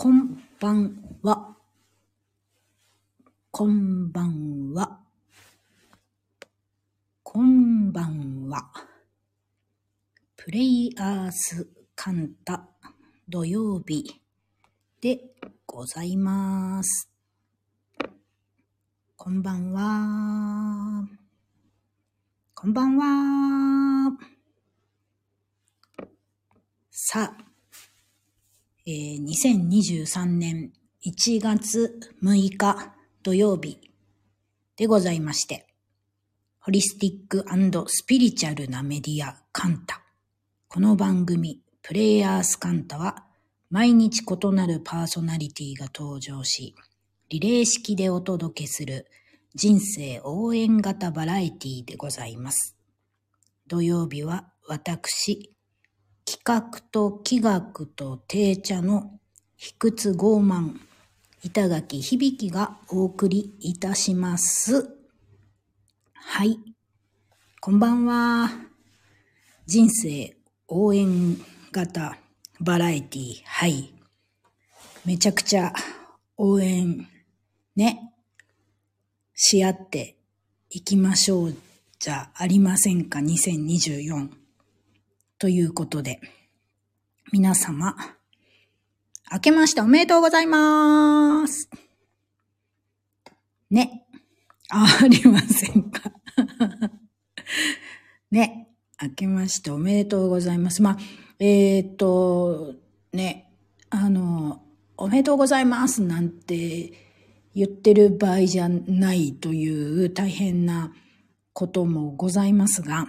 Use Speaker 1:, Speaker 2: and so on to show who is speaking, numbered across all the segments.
Speaker 1: こんばんは。こんばんは。こんばんは。プレイヤースカンタ土曜日でございます。こんばんは。こんばんは。さあ、2023年1月6日土曜日でございまして、ホリスティック&スピリチュアルなメディアカンタ。この番組プレイヤースカンタは毎日異なるパーソナリティが登場し、リレー式でお届けする人生応援型バラエティでございます。土曜日は私、企画と気学と定茶の卑屈傲慢、板垣響がお送りいたします。はい。こんばんは。人生応援型バラエティ。はい。めちゃくちゃ応援ね、し合っていきましょうじゃありませんか。2024ということで、皆様、明けましておめでとうございます。ね。ありませんか。ね。明けましておめでとうございます。ね。おめでとうございますなんて言ってる場合じゃないという大変なこともございますが、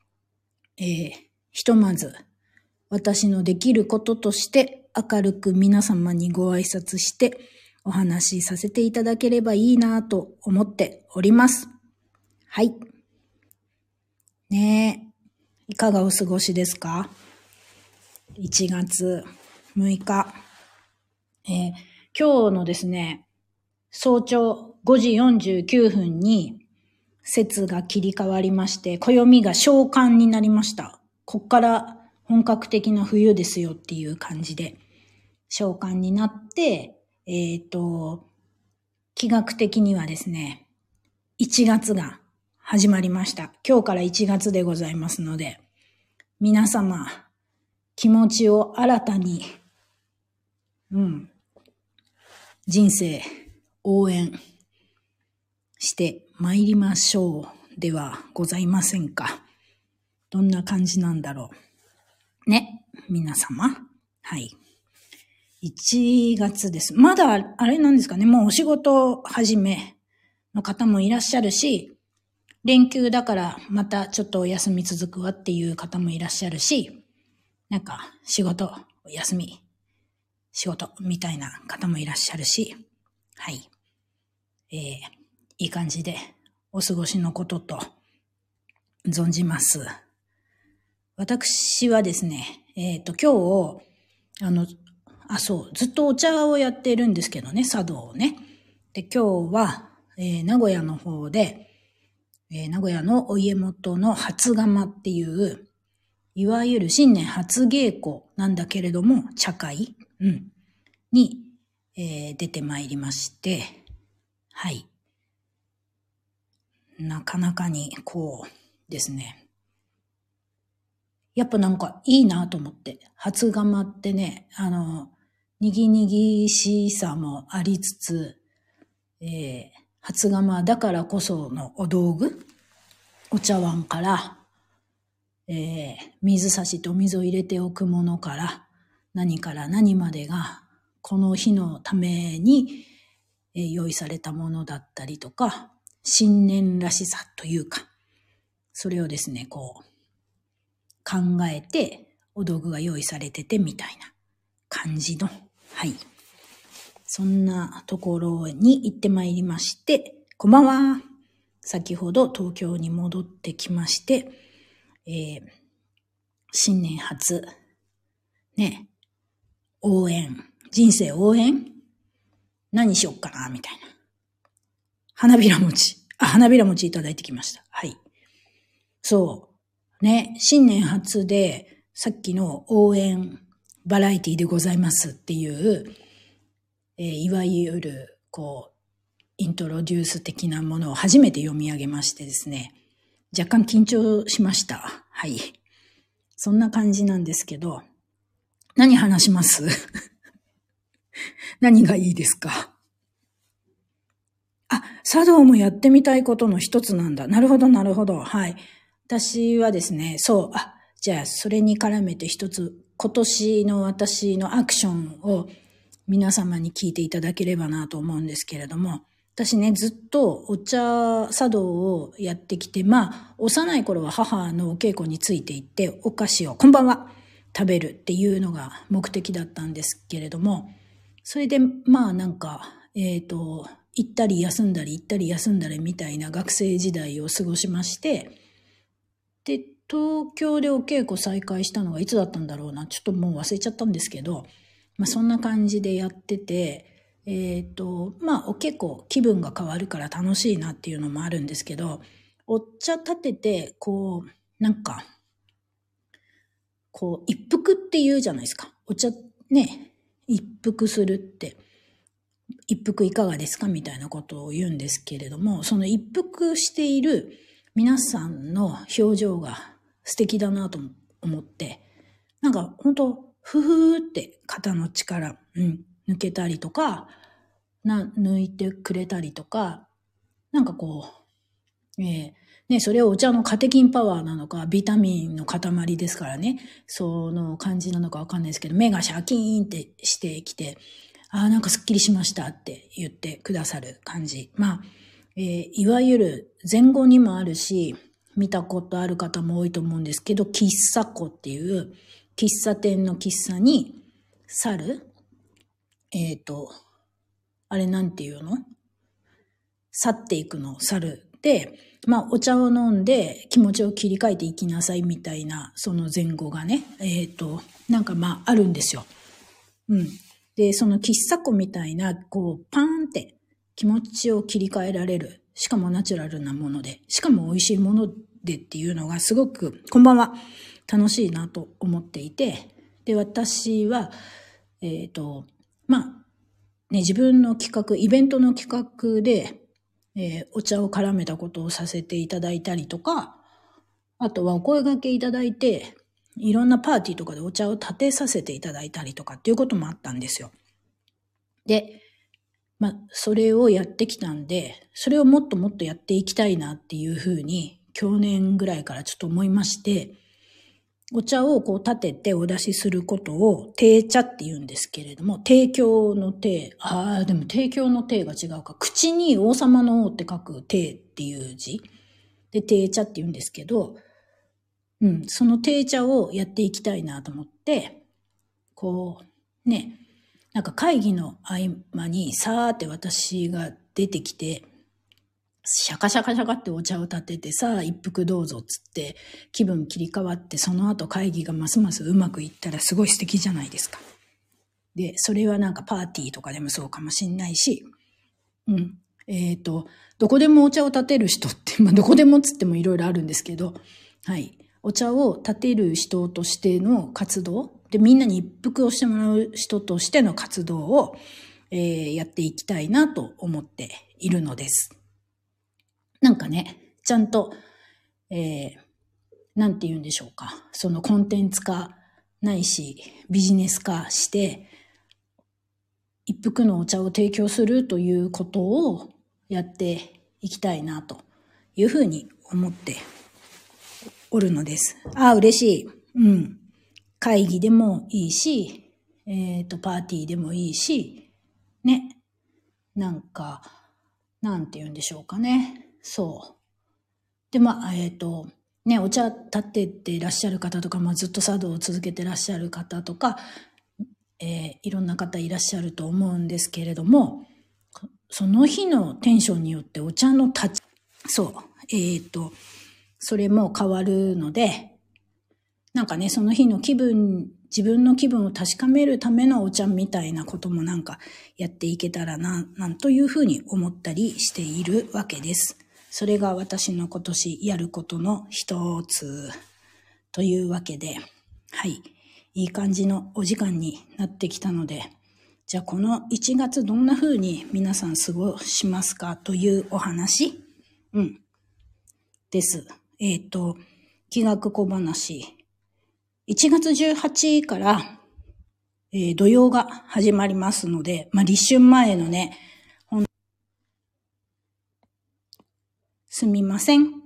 Speaker 1: ひとまず私のできることとして明るく皆様にご挨拶してお話しさせていただければいいなと思っております。はい。ねえ、いかがお過ごしですか？1月6日。今日のですね、早朝5時49分に節が切り替わりまして、暦が小寒になりました。こっから本格的な冬ですよっていう感じで、小寒になって、気学的にはですね、1月が始まりました。今日から1月でございますので、皆様、気持ちを新たに、人生応援して参りましょうではございませんか。どんな感じなんだろう。ね、皆様。はい。1月です。まだあれなんですかね、もうお仕事始めの方もいらっしゃるし、連休だからまたちょっとお休み続くわっていう方もいらっしゃるし、なんか仕事、お休み、仕事みたいな方もいらっしゃるし、はい。いい感じでお過ごしのことと存じます。私はですね、今日、ずっとお茶をやってるんですけどね、茶道をね。で、今日は、名古屋の方で、名古屋のお家元の初釜っていう、いわゆる新年初稽古なんだけれども、茶会、に、出てまいりまして、はい。なかなかに、こうですね。やっぱなんかいいなと思って、初釜ってね、にぎにぎしさもありつつ、初釜だからこそのお道具、お茶碗から、水差しと水を入れておくものから何から何までがこの日のために、用意されたものだったりとか、新年らしさというか、それをですね、こう考えてお道具が用意されててみたいな感じの、はい。そんなところに行ってまいりまして、こんばんは。先ほど東京に戻ってきまして、新年初、ね、応援、人生応援何しよっかなみたいな。花びら餅いただいてきました。はい。そう。ね、新年初で、さっきの応援バラエティでございますっていう、 いわゆる、イントロデュース的なものを初めて読み上げましてですね、若干緊張しました。はい。そんな感じなんですけど、何話します何がいいですか？茶道もやってみたいことの一つなんだ。なるほど、なるほど。はい。私はですね、じゃあ、それに絡めて一つ、今年の私のアクションを皆様に聞いていただければなと思うんですけれども、私ね、ずっと茶道をやってきて、幼い頃は母のお稽古についていって、お菓子を、こんばんは、食べるっていうのが目的だったんですけれども、それで、行ったり休んだり行ったり休んだりみたいな学生時代を過ごしまして、で、東京でお稽古再開したのがいつだったんだろうな、ちょっともう忘れちゃったんですけど、そんな感じでやってて、お稽古気分が変わるから楽しいなっていうのもあるんですけど、お茶立てて、一服って言うじゃないですか。お茶ね、一服するって。一服いかがですかみたいなことを言うんですけれども、その一服している皆さんの表情が素敵だなと思って、本当ふふーって肩の力、抜けたりとか、抜いてくれたりとか、それをお茶のカテキンパワーなのか、ビタミンの塊ですからね、その感じなのかわかんないですけど、目がシャキーンってしてきて、すっきりしましたって言ってくださる感じ。いわゆる前後にもあるし、見たことある方も多いと思うんですけど、喫茶子っていう喫茶店の喫茶に猿、あれなんていうの？去っていくの猿で、お茶を飲んで気持ちを切り替えていきなさいみたいな、その前後がね、あるんですよ。で、その喫茶子みたいな、パーンって気持ちを切り替えられる。しかもナチュラルなもので、しかも美味しいものでっていうのがすごく、こんばんは、楽しいなと思っていて、で、私は、自分の企画、イベントの企画で、お茶を絡めたことをさせていただいたりとか、あとはお声掛けいただいて、いろんなパーティーとかでお茶を立てさせていただいたりとかっていうこともあったんですよ。で、それをやってきたんで、それをもっともっとやっていきたいなっていうふうに、去年ぐらいからちょっと思いまして、お茶を立ててお出しすることを提茶って言うんですけれども、提供の提、でも提供の提が違うか。口に王様の王って書く提っていう字で提茶って言うんですけど、その提茶をやっていきたいなと思って、会議の合間にさーって私が出てきて、シャカシャカシャカってお茶を立ててさあ一服どうぞっつって気分切り替わってその後会議がますますうまくいったらすごい素敵じゃないですか。で、それはパーティーとかでもそうかもしんないし、どこでもお茶を立てる人って、どこでもっつってもいろいろあるんですけど、はい。お茶を立てる人としての活動で、みんなに一服をしてもらう人としての活動を、やっていきたいなと思っているのです。ちゃんと、なんて言うんでしょうか。そのコンテンツ化ないし、ビジネス化して、一服のお茶を提供するということをやっていきたいなというふうに思っておるのです。嬉しい。会議でもいいし、パーティーでもいいし、ね。なんて言うんでしょうかね。そう。で、お茶立ててらっしゃる方とか、ずっと茶道を続けてらっしゃる方とか、いろんな方いらっしゃると思うんですけれども、その日のテンションによってお茶のそれも変わるので、その日の気分、自分の気分を確かめるためのお茶みたいなこともやっていけたらなんというふうに思ったりしているわけです。それが私の今年やることの一つというわけで、はい。いい感じのお時間になってきたので、 じゃあこの1月どんな風に皆さん過ごしますかというお話、です。気学小話。1月18日から、土曜が始まりますので、立春前のね、すみません。